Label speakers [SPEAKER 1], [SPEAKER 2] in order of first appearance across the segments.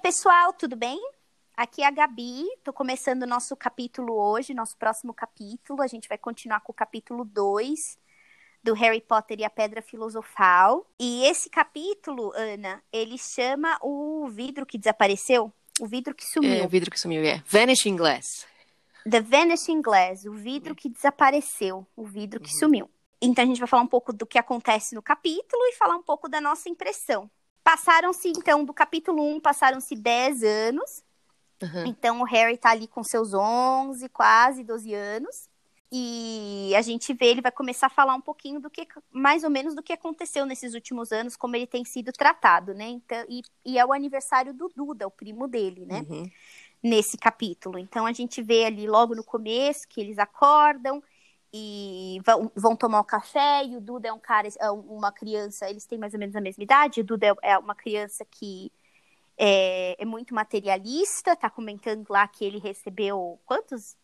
[SPEAKER 1] pessoal, tudo bem? Aqui é a Gabi, tô começando o nosso capítulo hoje, nosso próximo capítulo. A gente vai continuar com o capítulo 2 do Harry Potter e a Pedra Filosofal. E esse capítulo, Ana, ele chama o vidro que desapareceu, o vidro que sumiu.
[SPEAKER 2] O vidro que sumiu, Vanishing Glass.
[SPEAKER 1] The Vanishing Glass, o vidro que desapareceu, o vidro que sumiu. Então a gente vai falar um pouco do que acontece no capítulo e falar um pouco da nossa impressão. Passaram-se, então, do capítulo 1, passaram-se 10 anos. Então, o Harry tá ali com seus 11, quase 12 anos. E a gente vê, ele vai começar a falar um pouquinho do que, mais ou menos, do que aconteceu nesses últimos anos, como ele tem sido tratado, né? Então, e é o aniversário do Duda, o primo dele, né? Nesse capítulo. Então, a gente vê ali logo no começo que eles acordam e vão tomar o café, e o Duda é um cara, uma criança, eles têm mais ou menos a mesma idade, o Duda é uma criança que é muito materialista, tá comentando lá que ele recebeu, quantos?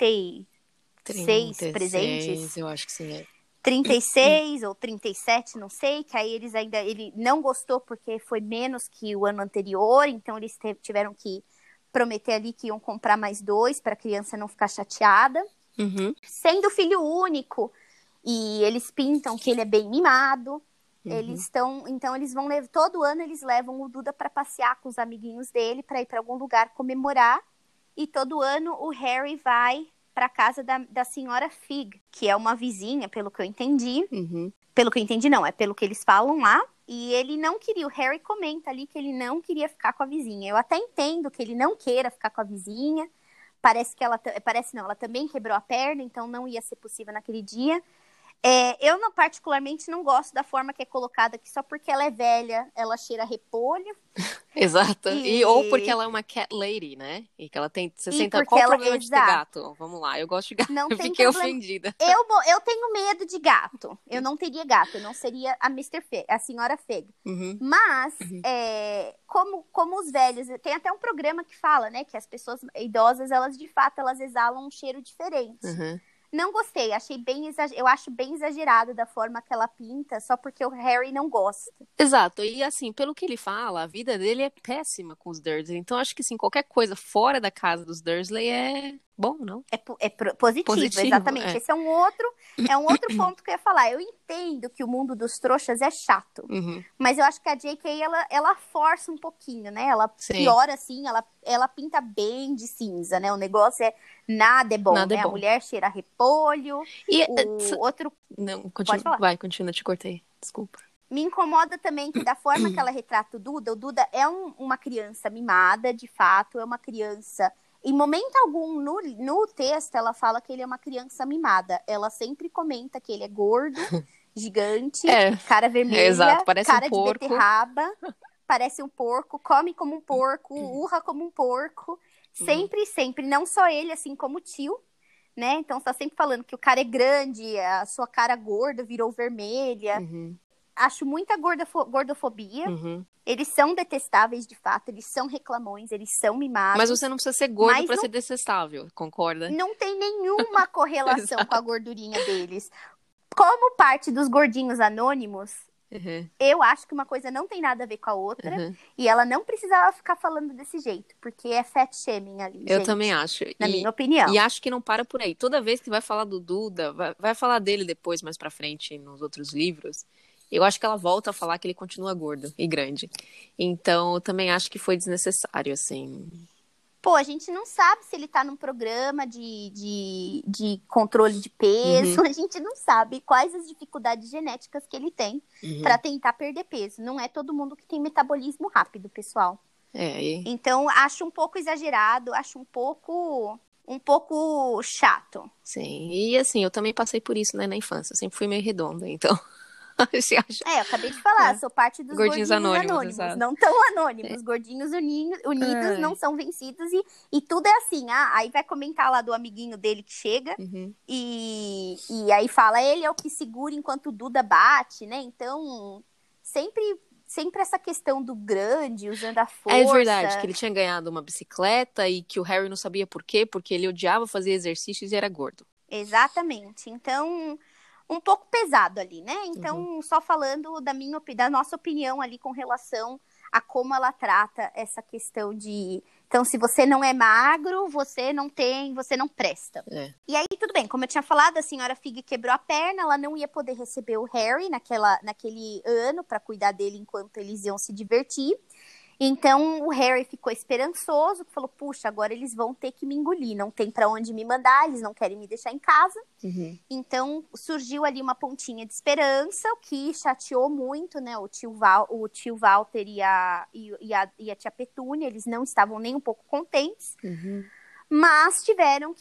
[SPEAKER 1] 36 presentes?
[SPEAKER 2] Eu acho que sim,
[SPEAKER 1] 36 ou 37, não sei, que aí ele não gostou porque foi menos que o ano anterior, então eles tiveram que prometer ali que iam comprar mais 2 para a criança não ficar chateada. Sendo filho único, e eles pintam que ele é bem mimado, então eles vão todo ano eles levam o Duda para passear com os amiguinhos dele, para ir para algum lugar comemorar, e todo ano o Harry vai para casa da senhora Fig, que é uma vizinha, pelo que eu entendi. Pelo que eu entendi, não, é pelo que eles falam lá. E ele não queria, o Harry comenta ali que ele não queria ficar com a vizinha. Eu até entendo que ele não queira ficar com a vizinha. Parece não, ela também quebrou a perna, então não ia ser possível naquele dia. Eu, particularmente, não gosto da forma que é colocada, que só porque ela é velha, ela cheira repolho.
[SPEAKER 2] Exato. Ou porque ela é uma cat lady, né? E que ela tem 60... Qual o problema de ter gato? Vamos lá, eu gosto de gato.
[SPEAKER 1] Não
[SPEAKER 2] eu
[SPEAKER 1] tem
[SPEAKER 2] fiquei
[SPEAKER 1] problema.
[SPEAKER 2] ofendida.
[SPEAKER 1] Eu tenho medo de gato. Eu não teria gato, eu não seria a senhora Fig. Mas, como os velhos... Tem até um programa que fala, né? Que as pessoas idosas, elas de fato, elas exalam um cheiro diferente. Não gostei, eu acho bem exagerado da forma que ela pinta, só porque o Harry não gosta.
[SPEAKER 2] Exato, e assim, pelo que ele fala, a vida dele é péssima com os Dursley, então acho que assim, qualquer coisa fora da casa dos Dursley é bom, não?
[SPEAKER 1] É positivo, exatamente. Esse é um outro ponto que eu ia falar. Eu entendo que o mundo dos trouxas é chato, mas eu acho que a J.K. ela força um pouquinho, né? Ela piora assim, ela pinta bem de cinza, né? O negócio nada é bom,
[SPEAKER 2] Nada
[SPEAKER 1] né?
[SPEAKER 2] é bom.
[SPEAKER 1] A mulher cheira repolho,
[SPEAKER 2] Não,
[SPEAKER 1] pode falar.
[SPEAKER 2] Vai, continua, te cortei, desculpa.
[SPEAKER 1] Me incomoda também que da forma que ela retrata o Duda é uma criança mimada, de fato, é uma criança... Em momento algum, no texto, ela fala que ele é uma criança mimada. Ela sempre comenta que ele é gordo, gigante, cara vermelha,
[SPEAKER 2] exato, parece
[SPEAKER 1] cara
[SPEAKER 2] um porco.
[SPEAKER 1] de beterraba, parece um porco, come como um porco, urra como um porco. Sempre, sempre. Não só ele, assim como o tio, né? Então, você tá sempre falando que o cara é grande, a sua cara gorda virou vermelha. Acho muita gordofobia. Eles são detestáveis, de fato. Eles são reclamões, eles são mimados.
[SPEAKER 2] Mas você não precisa ser gordo pra ser detestável, concorda?
[SPEAKER 1] Não tem nenhuma correlação com a gordurinha deles. Como parte dos gordinhos anônimos, eu acho que uma coisa não tem nada a ver com a outra. E ela não precisava ficar falando desse jeito, porque é fat shaming ali,
[SPEAKER 2] Eu
[SPEAKER 1] gente,
[SPEAKER 2] também acho.
[SPEAKER 1] na minha opinião.
[SPEAKER 2] E acho que não para por aí. Toda vez que vai falar do Duda, vai falar dele depois, mais pra frente, nos outros livros... Eu acho que ela volta a falar que ele continua gordo e grande. Então, eu também acho que foi desnecessário, assim.
[SPEAKER 1] Pô, a gente não sabe se ele tá num programa de controle de peso. A gente não sabe quais as dificuldades genéticas que ele tem pra tentar perder peso. Não é todo mundo que tem metabolismo rápido, pessoal. Então, acho um pouco exagerado, acho um pouco chato.
[SPEAKER 2] Sim, e assim, eu também passei por isso, né, na infância. Eu sempre fui meio redonda, então...
[SPEAKER 1] Eu acabei de falar, sou parte dos gordinhos anônimos, não tão anônimos. Gordinhos unidos não são vencidos e tudo é assim. Aí vai comentar lá do amiguinho dele que chega e aí fala, ele é o que segura enquanto o Duda bate, né? Então, sempre essa questão do grande, usando a força.
[SPEAKER 2] É verdade, que ele tinha ganhado uma bicicleta e que o Harry não sabia por quê, porque ele odiava fazer exercícios e era gordo.
[SPEAKER 1] Exatamente, então... um pouco pesado ali, né? Então, só falando da nossa opinião ali com relação a como ela trata essa questão de... Então, se você não é magro, você não presta. E aí, tudo bem, como eu tinha falado, a senhora Fig quebrou a perna, ela não ia poder receber o Harry naquele ano para cuidar dele enquanto eles iam se divertir. Então, o Harry ficou esperançoso, falou, puxa, agora eles vão ter que me engolir, não tem para onde me mandar, eles não querem me deixar em casa. Então, surgiu ali uma pontinha de esperança, o que chateou muito, né, o tio Walter e a tia Petúnia, eles não estavam nem um pouco contentes, mas tiveram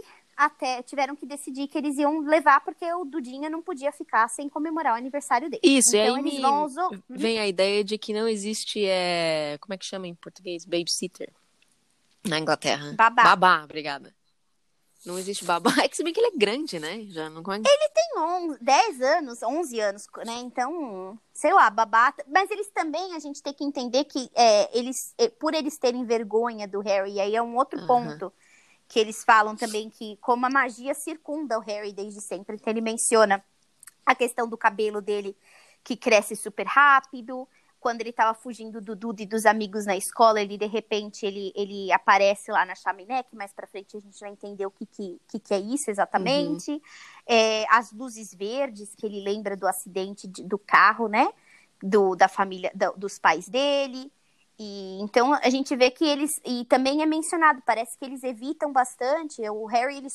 [SPEAKER 1] que decidir que eles iam levar, porque o Dudinha não podia ficar sem comemorar o aniversário dele.
[SPEAKER 2] Isso,
[SPEAKER 1] então,
[SPEAKER 2] e aí vem a ideia de que não existe, como é que chama em português? Babysitter na Inglaterra. Babá, obrigada. Não existe babá. É que se bem que ele é grande, né? Já não...
[SPEAKER 1] Ele tem 10 anos, 11 anos, né? Então, sei lá, babá. Mas eles também, a gente tem que entender que por eles terem vergonha do Harry, e aí é um outro ponto que eles falam também, que como a magia circunda o Harry desde sempre. Então ele menciona a questão do cabelo dele, que cresce super rápido. Quando ele estava fugindo do Duda e dos amigos na escola, de repente, ele aparece lá na chaminé, que mais pra frente a gente vai entender o que é isso exatamente. As luzes verdes, que ele lembra do acidente do carro, né? Da família, dos pais dele. E então a gente vê que eles... E também é mencionado, parece que eles evitam bastante. O Harry, ele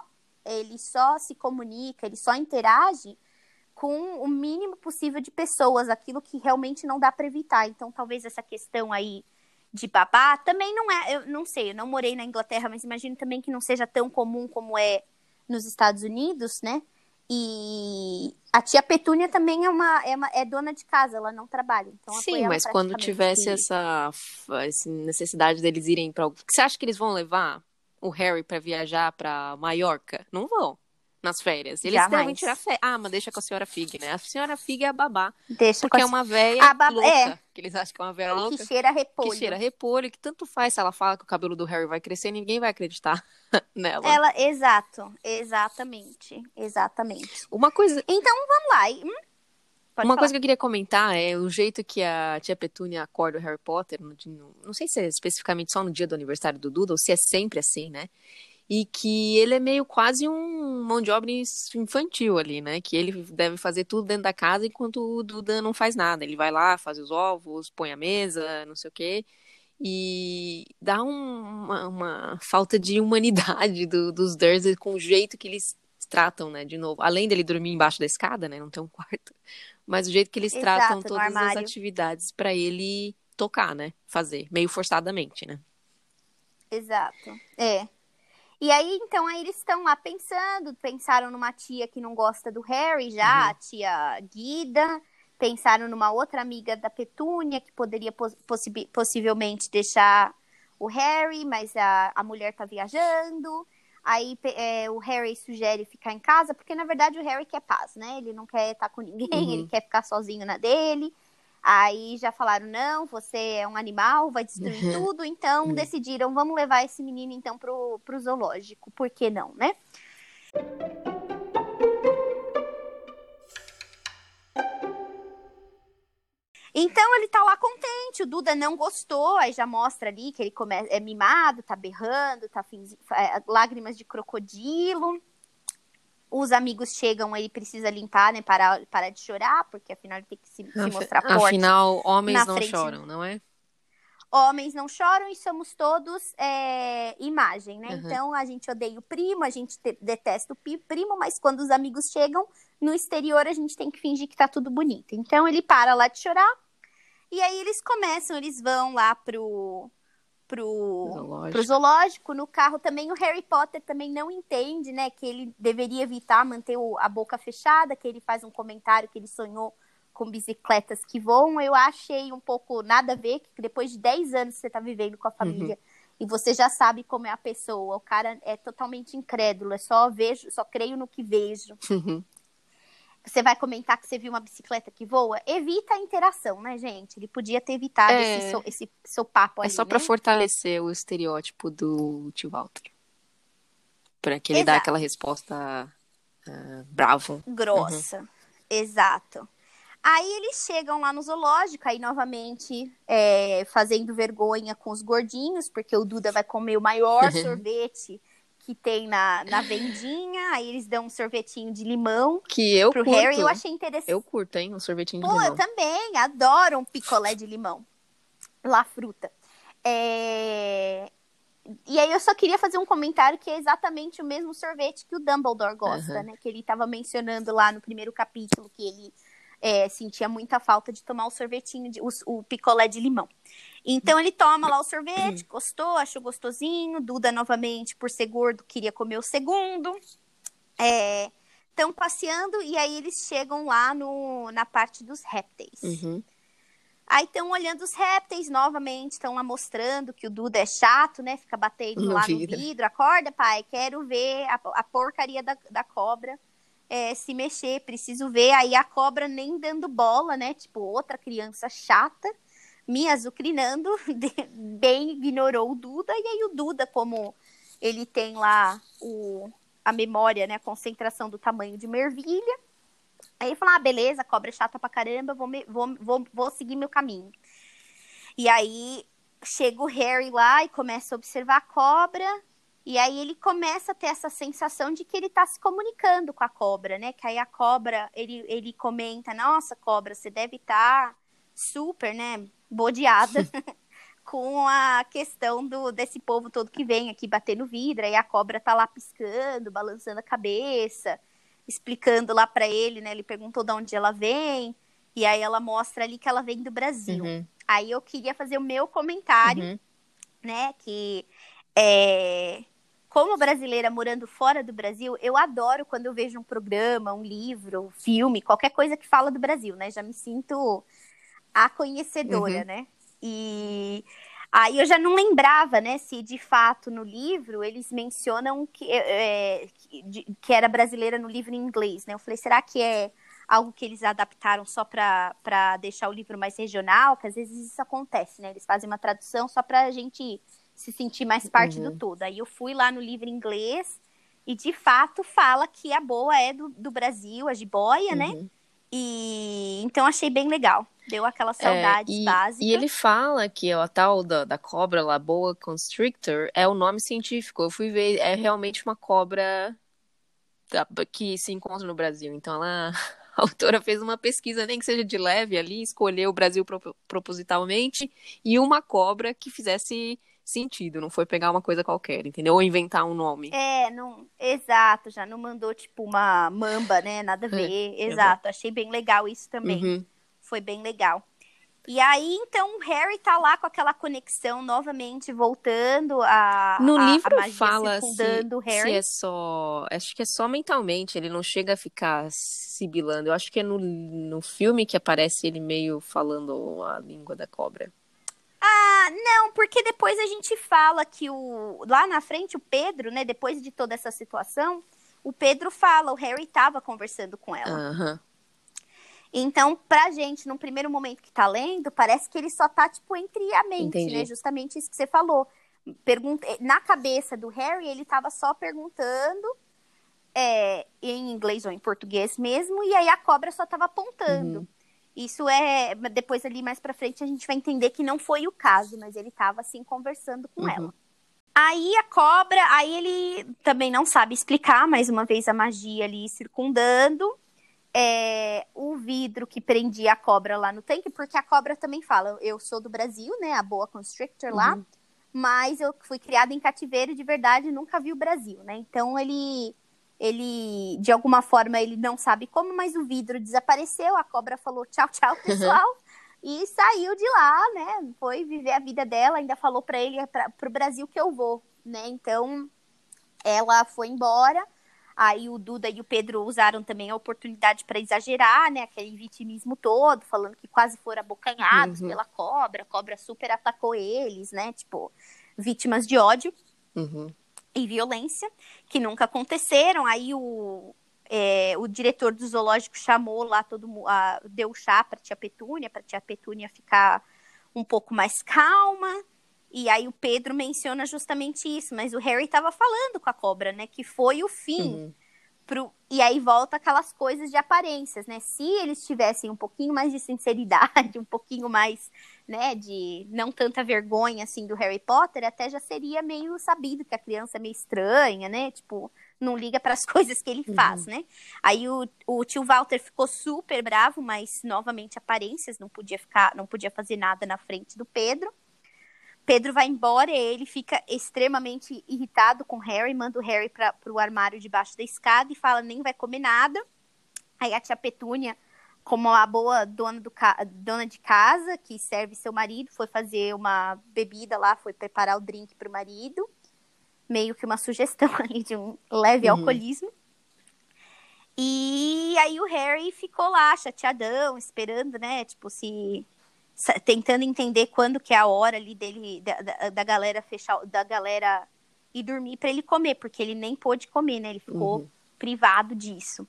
[SPEAKER 1] só se comunica, ele só interage com o mínimo possível de pessoas, aquilo que realmente não dá para evitar. Então, talvez essa questão aí de babá também não é... Eu não sei, eu não morei na Inglaterra, mas imagino também que não seja tão comum como é nos Estados Unidos, né? E a tia Petúnia também é dona de casa, ela não trabalha. Então
[SPEAKER 2] sim, mas quando tivesse essa necessidade deles irem para algo... Você acha que eles vão levar o Harry para viajar para Maiorca? Não vão. Nas férias. Eles devem tirar férias. Ah, mas deixa com a senhora Fig, né? A senhora Fig é a babá. Porque é uma véia louca. Que eles acham que é uma véia louca.
[SPEAKER 1] Que cheira repolho.
[SPEAKER 2] Que cheira repolho. Que tanto faz se ela fala que o cabelo do Harry vai crescer, ninguém vai acreditar nela.
[SPEAKER 1] Exatamente.
[SPEAKER 2] Uma coisa...
[SPEAKER 1] Então, vamos lá.
[SPEAKER 2] Uma coisa que eu queria comentar é o jeito que a tia Petúnia acorda o Harry Potter. Não sei se é especificamente só no dia do aniversário do Duda ou se é sempre assim, né? E que ele é meio quase um mão de obra infantil ali, né? Que ele deve fazer tudo dentro da casa enquanto o Duda não faz nada. Ele vai lá, faz os ovos, põe a mesa, não sei o quê. E dá uma falta de humanidade dos Dursley com o jeito que eles tratam, né? De novo, além dele dormir embaixo da escada, né? Não tem um quarto. Mas o jeito que eles tratam todas as atividades para ele tocar, né? Fazer, meio forçadamente, né?
[SPEAKER 1] Exato. E aí, então, eles estão lá pensaram numa tia que não gosta do Harry já, a tia Guida, pensaram numa outra amiga da Petúnia que poderia possivelmente deixar o Harry, mas a mulher tá viajando. Aí o Harry sugere ficar em casa, porque na verdade o Harry quer paz, né? Ele não quer estar com ninguém, ele quer ficar sozinho na dele. Aí já falaram, não, você é um animal, vai destruir tudo. Então decidiram, vamos levar esse menino então pro zoológico. Por que não, né? Então ele tá lá contente, o Duda não gostou, aí já mostra ali que ele é mimado, tá berrando, lágrimas de crocodilo. Os amigos chegam, ele precisa limpar, né, parar de chorar, porque afinal ele tem que se mostrar forte.
[SPEAKER 2] Afinal, homens não choram, não é?
[SPEAKER 1] Homens não choram e somos todos imagem, né? Então a gente odeia o primo, a gente detesta o primo, mas quando os amigos chegam no exterior a gente tem que fingir que tá tudo bonito. Então ele para lá de chorar e aí eles vão lá pro zoológico. No carro também o Harry Potter também não entende, né, que ele deveria evitar manter a boca fechada, que ele faz um comentário que ele sonhou com bicicletas que voam. Eu achei um pouco nada a ver, que depois de 10 anos você tá vivendo com a família e você já sabe como é a pessoa, o cara é totalmente incrédulo, só creio no que vejo. Você vai comentar que você viu uma bicicleta que voa? Evita a interação, né, gente? Ele podia ter evitado esse sopapo ali,
[SPEAKER 2] só pra fortalecer o estereótipo do tio Walter. Pra que ele dê aquela resposta bravo.
[SPEAKER 1] Grossa. Exato. Aí eles chegam lá no zoológico, aí novamente fazendo vergonha com os gordinhos, porque o Duda vai comer o maior sorvete que tem na vendinha. Aí eles dão um sorvetinho de limão
[SPEAKER 2] Que eu
[SPEAKER 1] pro
[SPEAKER 2] curto.
[SPEAKER 1] Harry. Eu achei interessante.
[SPEAKER 2] Eu curto, hein? Um sorvetinho de
[SPEAKER 1] Pô,
[SPEAKER 2] limão.
[SPEAKER 1] eu também adoro um picolé de limão. La fruta. E aí eu só queria fazer um comentário que é exatamente o mesmo sorvete que o Dumbledore gosta, né? Que ele estava mencionando lá no primeiro capítulo que ele sentia muita falta de tomar o sorvetinho, o picolé de limão. Então ele toma lá o sorvete, gostou, achou gostosinho. Duda, novamente, por ser gordo, queria comer o segundo. Estão passeando e aí eles chegam lá na parte dos répteis. Aí estão olhando os répteis novamente, estão lá mostrando que o Duda é chato, né? Fica batendo lá no vidro. Acorda, pai, quero ver a porcaria da cobra se mexer, preciso ver. Aí a cobra nem dando bola, né? Tipo, outra criança chata, me azucrinando, bem ignorou o Duda. E aí o Duda, como ele tem lá a memória, né? A concentração do tamanho de uma ervilha. Aí ele falou, beleza, cobra é chata pra caramba, vou seguir meu caminho. E aí chega o Harry lá e começa a observar a cobra. E aí ele começa a ter essa sensação de que ele tá se comunicando com a cobra, né? Que aí a cobra, ele comenta, nossa, cobra, você deve estar super, né, bodeada com a questão desse povo todo que vem aqui bater no vidro. Aí a cobra tá lá piscando, balançando a cabeça, explicando lá pra ele, né? Ele perguntou de onde ela vem. E aí ela mostra ali que ela vem do Brasil. Aí eu queria fazer o meu comentário, né? Que como brasileira morando fora do Brasil, eu adoro quando eu vejo um programa, um livro, filme, qualquer coisa que fala do Brasil, né? Já me sinto a conhecedora, né? E aí eu já não lembrava, né, se de fato no livro eles mencionam que era brasileira no livro em inglês, né? Eu falei, será que é algo que eles adaptaram só para deixar o livro mais regional? Que às vezes isso acontece, né? Eles fazem uma tradução só pra gente se sentir mais parte do todo. Aí eu fui lá no livro em inglês e de fato fala que a boa é do Brasil, a jiboia, né? E então achei bem legal. Deu aquela saudade básica.
[SPEAKER 2] E ele fala que a tal da cobra lá, boa constrictor, é o nome científico. Eu fui ver, é realmente uma cobra que se encontra no Brasil. Então a autora fez uma pesquisa, nem que seja de leve ali, escolheu o Brasil propositalmente e uma cobra que fizesse sentido. Não foi pegar uma coisa qualquer, entendeu? Ou inventar um nome.
[SPEAKER 1] Não, exato, já não mandou tipo uma mamba, né? Nada a ver. Exato, achei bem legal isso também. Foi bem legal. E aí, então, o Harry tá lá com aquela conexão novamente, voltando
[SPEAKER 2] no livro
[SPEAKER 1] a magia
[SPEAKER 2] fala
[SPEAKER 1] circundando o Harry.
[SPEAKER 2] Se é só... Acho que é só mentalmente, ele não chega a ficar sibilando. Eu acho que é no filme que aparece ele meio falando a língua da cobra.
[SPEAKER 1] Não, porque depois a gente fala que lá na frente o Pedro, né, depois de toda essa situação, o Pedro fala, o Harry tava conversando com ela. Então, pra gente, no primeiro momento que tá lendo, parece que ele só tá, tipo, entre a mente, né? Justamente isso que você falou. Na cabeça do Harry, ele tava só perguntando em inglês ou em português mesmo, e aí a cobra só tava apontando. Isso depois ali mais pra frente a gente vai entender que não foi o caso, mas ele tava assim conversando com ela. Aí a cobra, aí ele também não sabe explicar, mais uma vez a magia ali circundando. O vidro que prendia a cobra lá no tanque, porque a cobra também fala, eu sou do Brasil, né, a boa constrictor lá, mas eu fui criada em cativeiro e de verdade nunca vi o Brasil, né, então ele, de alguma forma, ele não sabe como, mas o vidro desapareceu, a cobra falou tchau, tchau, pessoal, e saiu de lá, né, foi viver a vida dela, ainda falou pra ele, pro Brasil que eu vou, né, então ela foi embora. Aí o Duda e o Pedro usaram também a oportunidade para exagerar, né? Aquele vitimismo todo, falando que quase foram abocanhados pela cobra. A cobra super atacou eles, né? Tipo, vítimas de ódio e violência, que nunca aconteceram. Aí o diretor do zoológico chamou lá todo mundo, deu chá para tia Petúnia ficar um pouco mais calma. E aí o Pedro menciona justamente isso, mas o Harry estava falando com a cobra, né? Que foi o fim E aí volta aquelas coisas de aparências, né? Se eles tivessem um pouquinho mais de sinceridade, um pouquinho mais, né, de não tanta vergonha, assim, do Harry Potter, até já seria meio sabido que a criança é meio estranha, né? Tipo, não liga para as coisas que ele faz, né? Aí o tio Walter ficou super bravo, mas novamente aparências, não podia fazer nada na frente do Pedro. Pedro vai embora e ele fica extremamente irritado com o Harry, manda o Harry pro armário debaixo da escada e fala nem vai comer nada. Aí a tia Petúnia, como a boa dona de casa, que serve seu marido, foi fazer uma bebida lá, foi preparar o drink pro marido. Meio que uma sugestão ali de um leve alcoolismo. E aí o Harry ficou lá, chateadão, esperando, né, tipo, tentando entender quando que é a hora ali dele, da galera fechar, da galera ir dormir para ele comer, porque ele nem pôde comer, né? Ele ficou privado disso.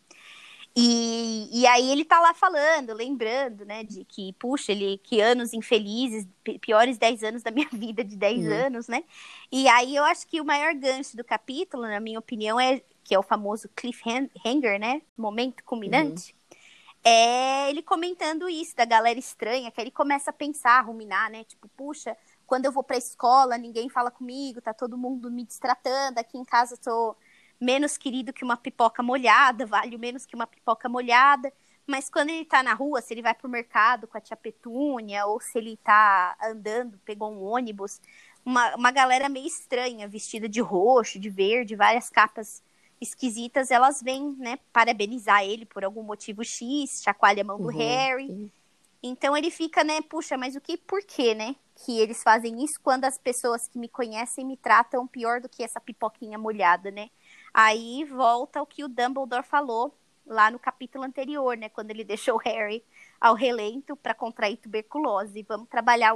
[SPEAKER 1] E aí ele tá lá falando, lembrando, né, de que, puxa, que anos infelizes, piores 10 anos da minha vida, de 10 anos, né? E aí eu acho que o maior gancho do capítulo, na minha opinião, que é o famoso cliffhanger, né? Momento culminante. É ele comentando isso da galera estranha, que aí ele começa a pensar, a ruminar, né? Tipo, puxa, quando eu vou pra escola, ninguém fala comigo, tá todo mundo me destratando, aqui em casa eu tô menos querido que uma pipoca molhada, valho menos que uma pipoca molhada, mas quando ele tá na rua, se ele vai pro mercado com a tia Petúnia, ou se ele tá andando, pegou um ônibus, uma galera meio estranha, vestida de roxo, de verde, várias capas esquisitas, elas vêm, né, parabenizar ele por algum motivo X, chacoalha a mão do Harry. Então ele fica, né, puxa, mas por quê, né, que eles fazem isso quando as pessoas que me conhecem me tratam pior do que essa pipoquinha molhada, né? Aí volta o que o Dumbledore falou lá no capítulo anterior, né, quando ele deixou o Harry ao relento para contrair tuberculose. Vamos trabalhar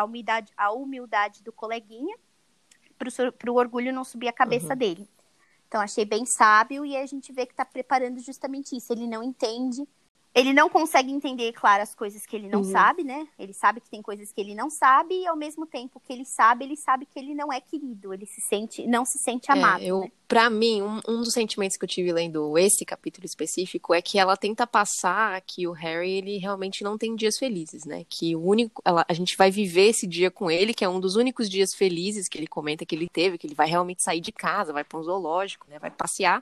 [SPEAKER 1] a humildade do coleguinha para o orgulho não subir a cabeça dele. Então, achei bem sábio e a gente vê que tá preparando justamente isso. Ele não entende, ele não consegue entender, claro, as coisas que ele não sabe, né? Ele sabe que tem coisas que ele não sabe e, ao mesmo tempo que ele sabe que ele não é querido. Ele não se sente amado, né?
[SPEAKER 2] Pra mim, um dos sentimentos que eu tive lendo esse capítulo específico é que ela tenta passar que o Harry, ele realmente não tem dias felizes, né? Que a gente vai viver esse dia com ele, que é um dos únicos dias felizes que ele comenta que ele teve, que ele vai realmente sair de casa, vai para um zoológico, né? Vai passear.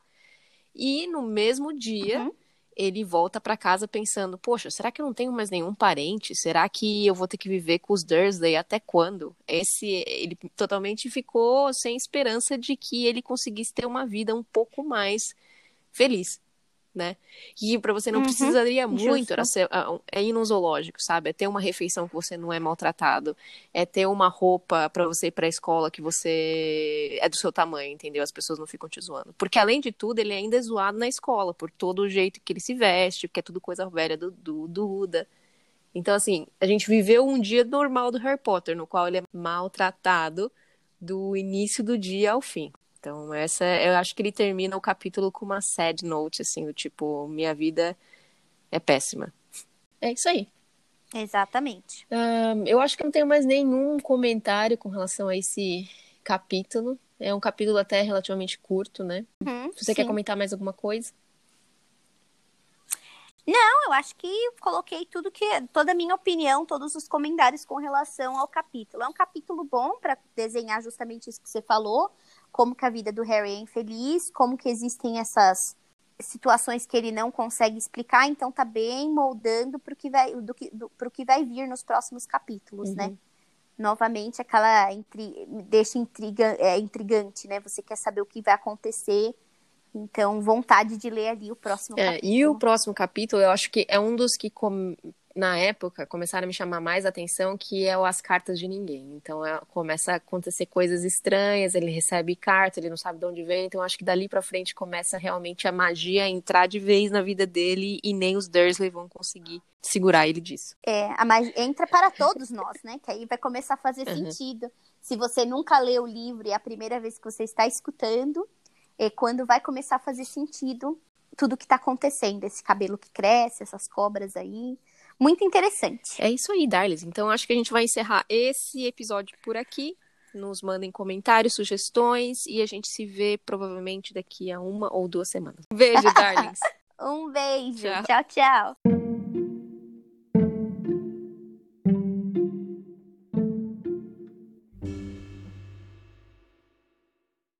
[SPEAKER 2] E no mesmo dia, ele volta para casa pensando, poxa, será que eu não tenho mais nenhum parente? Será que eu vou ter que viver com os Dursley até quando? Ele totalmente ficou sem esperança de que ele conseguisse ter uma vida um pouco mais feliz, né? E para você não precisaria muito, é ir num zoológico, sabe? É ter uma refeição que você não é maltratado, é ter uma roupa para você ir pra escola que você é do seu tamanho, entendeu? As pessoas não ficam te zoando. Porque além de tudo, ele ainda é zoado na escola, por todo o jeito que ele se veste, porque é tudo coisa velha do Duda. Então, assim, a gente viveu um dia normal do Harry Potter, no qual ele é maltratado do início do dia ao fim. Então, eu acho que ele termina o capítulo com uma sad note, assim, do tipo, minha vida é péssima. É isso aí.
[SPEAKER 1] Exatamente.
[SPEAKER 2] Eu acho que não tenho mais nenhum comentário com relação a esse capítulo. É um capítulo até relativamente curto, né? Você quer comentar mais alguma coisa?
[SPEAKER 1] Não, eu acho que coloquei toda a minha opinião, todos os comentários com relação ao capítulo. É um capítulo bom para desenhar justamente isso que você falou, como que a vida do Harry é infeliz, como que existem essas situações que ele não consegue explicar, então tá bem moldando pro que vai vir nos próximos capítulos, né? Novamente, deixa intrigante, né? Você quer saber o que vai acontecer. Então, vontade de ler ali o próximo capítulo.
[SPEAKER 2] E o próximo capítulo, eu acho que é um dos que, na época, começaram a me chamar mais atenção, que é o As Cartas de Ninguém. Então, começa a acontecer coisas estranhas, ele recebe carta, ele não sabe de onde vem. Então, acho que dali pra frente começa realmente a magia a entrar de vez na vida dele e nem os Dursley vão conseguir segurar ele disso.
[SPEAKER 1] A magia entra para todos nós, né? Que aí vai começar a fazer sentido. Se você nunca leu o livro e é a primeira vez que você está escutando, é quando vai começar a fazer sentido tudo que tá acontecendo. Esse cabelo que cresce, essas cobras aí. Muito interessante.
[SPEAKER 2] É isso aí, Darlis. Então, acho que a gente vai encerrar esse episódio por aqui. nos mandem comentários, sugestões e a gente se vê provavelmente daqui a 1 ou 2 semanas. Beijo, darlings.
[SPEAKER 1] Um beijo.
[SPEAKER 2] Tchau.
[SPEAKER 1] Tchau, tchau.